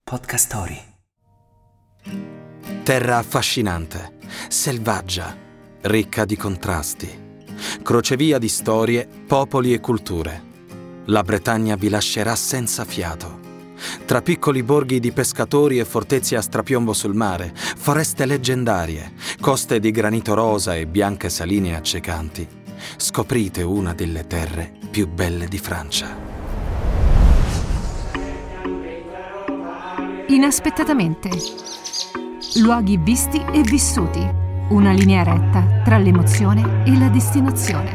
Podcast Story. Terra affascinante, selvaggia, ricca di contrasti. Crocevia di storie, popoli e culture. La Bretagna vi lascerà senza fiato. Tra piccoli borghi di pescatori e fortezze a strapiombo sul mare, foreste leggendarie, coste di granito rosa e bianche saline accecanti, scoprite una delle terre più belle di Francia. Inaspettatamente. Luoghi visti e vissuti. Una linea retta tra l'emozione e la destinazione.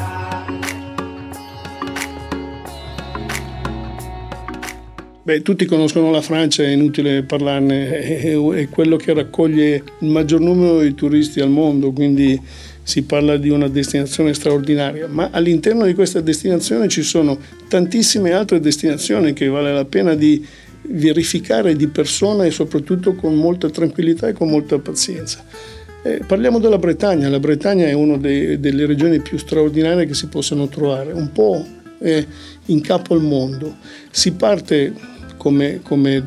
Tutti conoscono la Francia, è inutile parlarne, è quello che raccoglie il maggior numero di turisti al mondo, quindi si parla di una destinazione straordinaria, ma all'interno di questa destinazione ci sono tantissime altre destinazioni che vale la pena di verificare di persona e soprattutto con molta tranquillità e con molta pazienza. Parliamo della Bretagna. La Bretagna è una delle regioni più straordinarie che si possano trovare, un po' in capo al mondo. Si parte come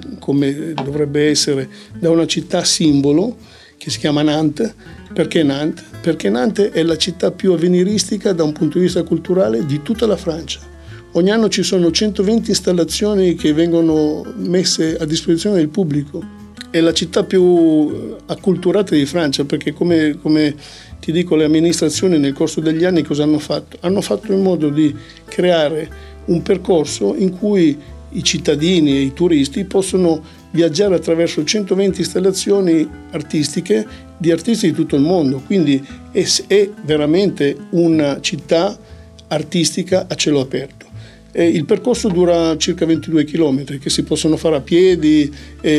dovrebbe essere da una città simbolo che si chiama Nantes. Perché Nantes? Perché Nantes è la città più avveniristica da un punto di vista culturale di tutta la Francia. Ogni anno ci sono 120 installazioni che vengono messe a disposizione del pubblico. È la città più acculturata di Francia, perché come ti dico, le amministrazioni nel corso degli anni cosa hanno fatto? Hanno fatto in modo di creare un percorso in cui i cittadini e i turisti possono viaggiare attraverso 120 installazioni artistiche di artisti di tutto il mondo. Quindi è veramente una città artistica a cielo aperto. Il percorso dura circa 22 km che si possono fare a piedi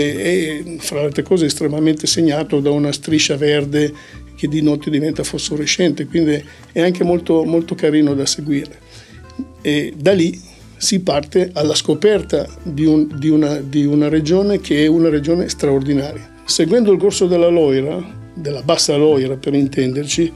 e fra le altre cose estremamente segnato da una striscia verde che di notte diventa fosforescente, quindi è anche molto, molto carino da seguire. E da lì si parte alla scoperta di una regione che è una regione straordinaria. Seguendo il corso della Loira, della Bassa Loira per intenderci,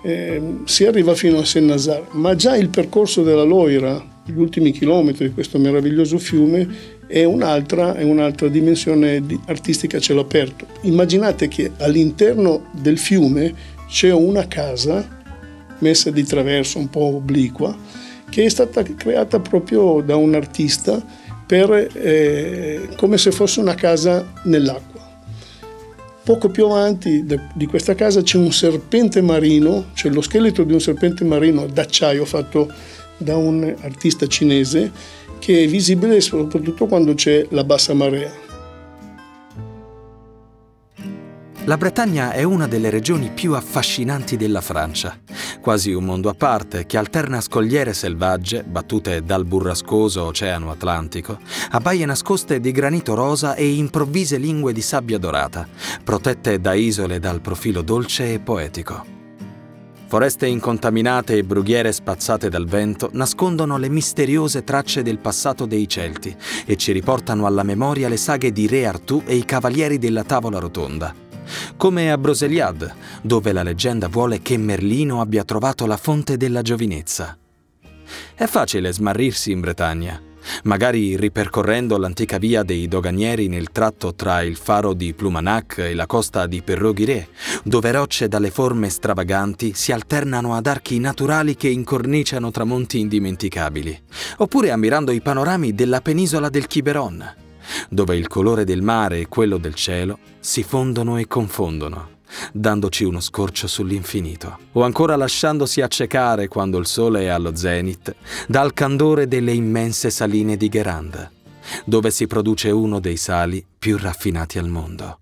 si arriva fino a Saint-Nazaire, ma già il percorso della Loira, gli ultimi chilometri di questo meraviglioso fiume, è un'altra dimensione artistica a cielo aperto. Immaginate che all'interno del fiume c'è una casa messa di traverso un po' obliqua che è stata creata proprio da un artista come se fosse una casa nell'acqua. Poco più avanti di questa casa c'è un serpente marino, c'è lo scheletro di un serpente marino d'acciaio fatto da un artista cinese che è visibile soprattutto quando c'è la bassa marea. La Bretagna è una delle regioni più affascinanti della Francia, quasi un mondo a parte che alterna scogliere selvagge battute dal burrascoso Oceano Atlantico a baie nascoste di granito rosa e improvvise lingue di sabbia dorata, protette da isole dal profilo dolce e poetico. Foreste incontaminate e brughiere spazzate dal vento nascondono le misteriose tracce del passato dei Celti e ci riportano alla memoria le saghe di Re Artù e i Cavalieri della Tavola Rotonda. Come a Brocéliande, dove la leggenda vuole che Merlino abbia trovato la fonte della giovinezza. È facile smarrirsi in Bretagna, magari ripercorrendo l'antica via dei doganieri nel tratto tra il faro di Plumanac e la costa di Perros-Guirec, dove rocce dalle forme stravaganti si alternano ad archi naturali che incorniciano tramonti indimenticabili, oppure ammirando i panorami della penisola del Quiberon, dove il colore del mare e quello del cielo si fondono e confondono, dandoci uno scorcio sull'infinito, o ancora lasciandosi accecare quando il sole è allo zenit dal candore delle immense saline di Guérande, dove si produce uno dei sali più raffinati al mondo.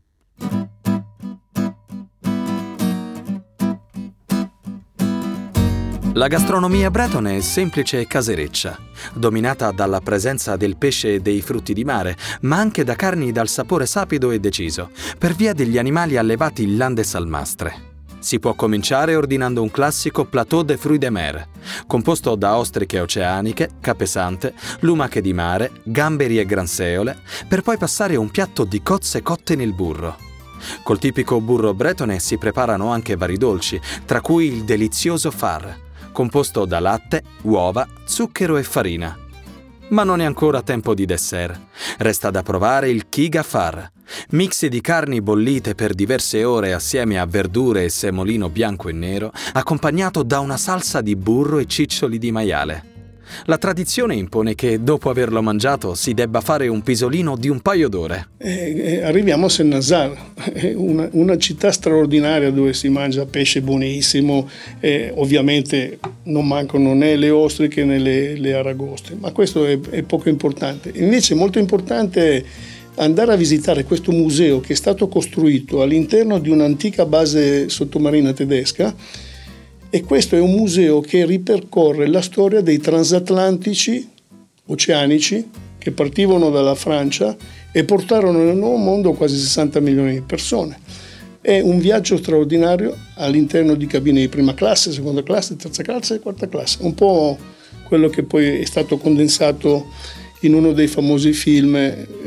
La gastronomia bretone è semplice e casereccia, dominata dalla presenza del pesce e dei frutti di mare, ma anche da carni dal sapore sapido e deciso, per via degli animali allevati in lande salmastre. Si può cominciare ordinando un classico plateau de fruits de mer, composto da ostriche oceaniche, capesante, lumache di mare, gamberi e granseole, per poi passare a un piatto di cozze cotte nel burro. Col tipico burro bretone si preparano anche vari dolci, tra cui il delizioso far, composto da latte, uova, zucchero e farina. Ma non è ancora tempo di dessert. Resta da provare il Kigafar, mix di carni bollite per diverse ore assieme a verdure e semolino bianco e nero, accompagnato da una salsa di burro e ciccioli di maiale. La tradizione impone che, dopo averlo mangiato, si debba fare un pisolino di un paio d'ore. Arriviamo a Saint-Nazaire, una città straordinaria dove si mangia pesce buonissimo, ovviamente non mancano né le ostriche né le aragoste, ma questo è poco importante. Invece molto importante è andare a visitare questo museo che è stato costruito all'interno di un'antica base sottomarina tedesca. E questo è un museo che ripercorre la storia dei transatlantici oceanici che partivano dalla Francia e portarono nel Nuovo Mondo quasi 60 milioni di persone. È un viaggio straordinario all'interno di cabine di prima classe, seconda classe, terza classe e quarta classe. Un po' quello che poi è stato condensato in uno dei famosi film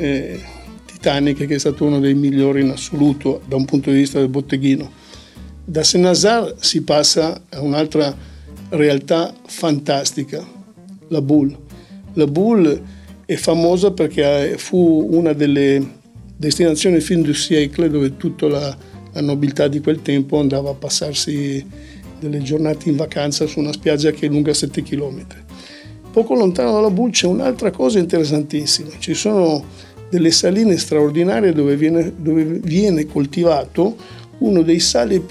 Titanic, che è stato uno dei migliori in assoluto da un punto di vista del botteghino. Da Saint-Nazaire si passa a un'altra realtà fantastica, la Boule. La Boule è famosa perché fu una delle destinazioni fin du siècle dove tutta la nobiltà di quel tempo andava a passarsi delle giornate in vacanza su una spiaggia che è lunga 7 chilometri. Poco lontano dalla Boule c'è un'altra cosa interessantissima. Ci sono delle saline straordinarie dove viene coltivato uno dei sali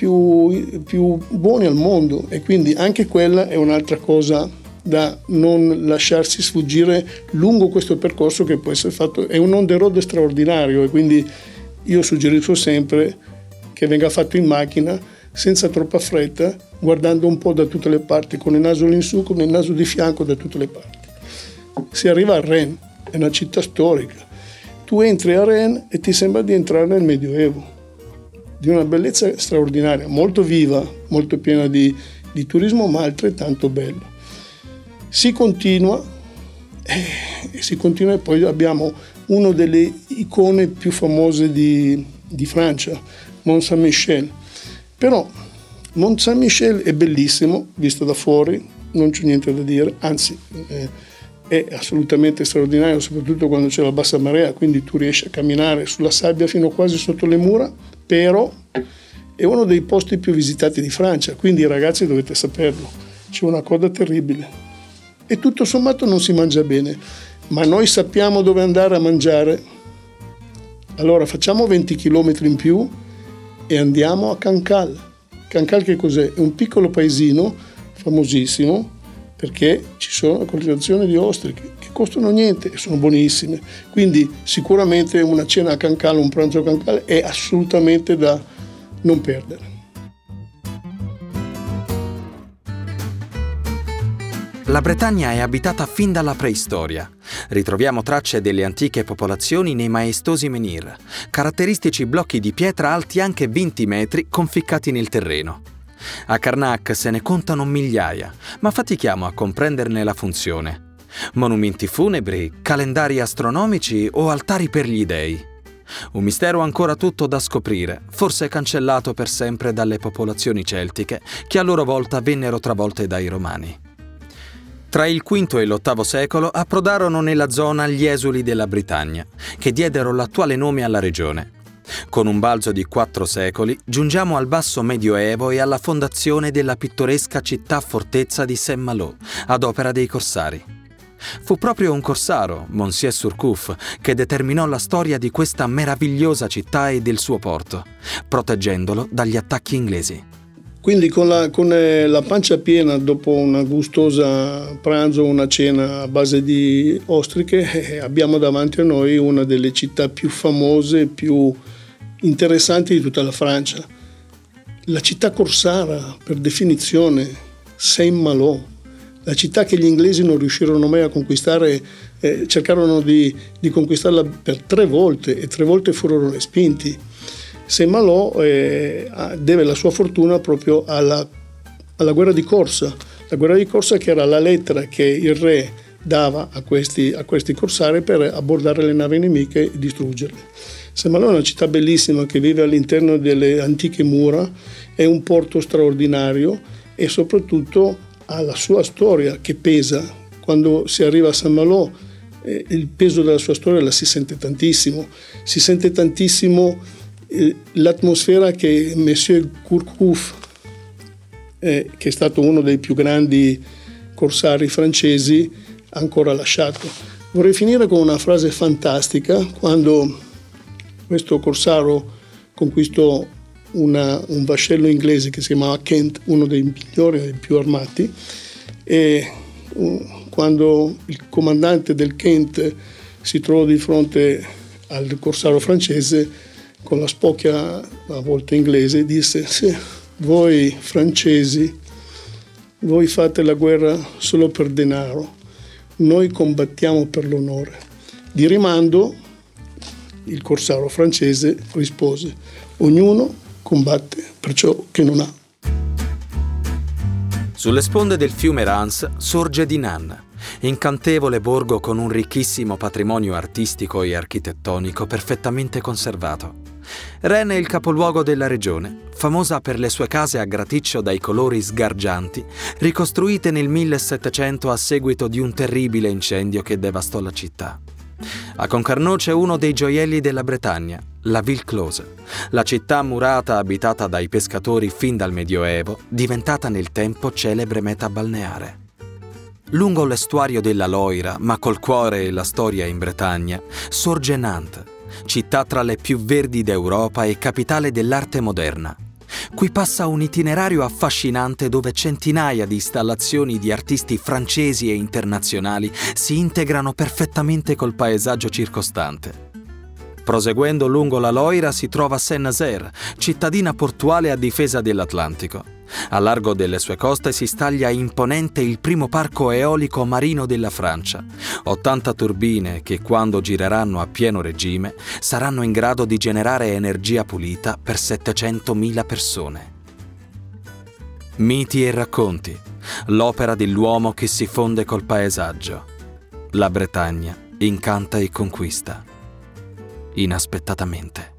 più buoni al mondo, e quindi anche quella è un'altra cosa da non lasciarsi sfuggire lungo questo percorso che può essere fatto. È un on the road straordinario, e quindi io suggerisco sempre che venga fatto in macchina senza troppa fretta, guardando un po' da tutte le parti, con il naso in su, con il naso di fianco, da tutte le parti. Si arriva a Rennes, è una città storica. Tu entri a Rennes e ti sembra di entrare nel Medioevo, di una bellezza straordinaria, molto viva, molto piena di turismo, ma altrettanto bello. Si continua e poi abbiamo una delle icone più famose di Francia, Mont Saint-Michel. Però Mont Saint-Michel è bellissimo, visto da fuori, non c'è niente da dire, anzi è assolutamente straordinario, soprattutto quando c'è la bassa marea, quindi tu riesci a camminare sulla sabbia fino quasi sotto le mura, però è uno dei posti più visitati di Francia, quindi ragazzi dovete saperlo, c'è una coda terribile e tutto sommato non si mangia bene, ma noi sappiamo dove andare a mangiare. Allora facciamo 20 km in più e andiamo a Cancale. Cancale che cos'è? È un piccolo paesino famosissimo perché ci sono la coltivazione di ostriche che costano niente e sono buonissime, quindi sicuramente una cena a Cancale, un pranzo a Cancale è assolutamente da non perdere. La Bretagna è abitata fin dalla preistoria. Ritroviamo tracce delle antiche popolazioni nei maestosi menhir, caratteristici blocchi di pietra alti anche 20 metri conficcati nel terreno. A Karnak se ne contano migliaia, ma fatichiamo a comprenderne la funzione. Monumenti funebri, calendari astronomici o altari per gli dei. Un mistero ancora tutto da scoprire, forse cancellato per sempre dalle popolazioni celtiche, che a loro volta vennero travolte dai Romani. Tra il V e l'VIII secolo approdarono nella zona gli esuli della Britannia, che diedero l'attuale nome alla regione. Con un balzo di 4 secoli giungiamo al basso medioevo e alla fondazione della pittoresca città-fortezza di Saint-Malo, ad opera dei corsari. Fu proprio un corsaro, Monsieur Surcouf, che determinò la storia di questa meravigliosa città e del suo porto, proteggendolo dagli attacchi inglesi. Quindi con la pancia piena dopo una gustosa pranzo, una cena a base di ostriche, abbiamo davanti a noi una delle città più famose, più interessanti di tutta la Francia. La città corsara, per definizione, Saint-Malo, la città che gli inglesi non riuscirono mai a conquistare, cercarono di conquistarla per 3 volte e 3 volte furono respinti. Saint-Malo deve la sua fortuna proprio alla guerra di corsa. La guerra di corsa che era la lettera che il re dava a questi corsari per abbordare le navi nemiche e distruggerle. Saint-Malo è una città bellissima che vive all'interno delle antiche mura, è un porto straordinario e soprattutto ha la sua storia che pesa. Quando si arriva a Saint-Malo il peso della sua storia la si sente tantissimo l'atmosfera che Monsieur Gourcuff, che è stato uno dei più grandi corsari francesi, ha ancora lasciato. Vorrei finire con una frase fantastica. Quando questo corsaro conquistò un vascello inglese che si chiamava Kent, uno dei migliori e più armati, e quando il comandante del Kent si trovò di fronte al corsaro francese, con la spocchia a volte inglese, disse: «Sì, voi francesi, voi fate la guerra solo per denaro, noi combattiamo per l'onore». Di rimando il corsaro francese rispose: «Ognuno combatte per ciò che non ha». Sulle sponde del fiume Rance sorge Dinan, incantevole borgo con un ricchissimo patrimonio artistico e architettonico perfettamente conservato. Rennes è il capoluogo della regione, famosa per le sue case a graticcio dai colori sgargianti, ricostruite nel 1700 a seguito di un terribile incendio che devastò la città. A Concarneau c'è uno dei gioielli della Bretagna, la Ville Close, la città murata abitata dai pescatori fin dal Medioevo, diventata nel tempo celebre meta balneare. Lungo l'estuario della Loira, ma col cuore e la storia in Bretagna, sorge Nantes, città tra le più verdi d'Europa e capitale dell'arte moderna. Qui passa un itinerario affascinante dove centinaia di installazioni di artisti francesi e internazionali si integrano perfettamente col paesaggio circostante. Proseguendo lungo la Loira si trova Saint-Nazaire, cittadina portuale a difesa dell'Atlantico. A largo delle sue coste si staglia imponente il primo parco eolico marino della Francia. 80 turbine che, quando gireranno a pieno regime, saranno in grado di generare energia pulita per 700.000 persone. Miti e racconti, l'opera dell'uomo che si fonde col paesaggio. La Bretagna incanta e conquista. Inaspettatamente.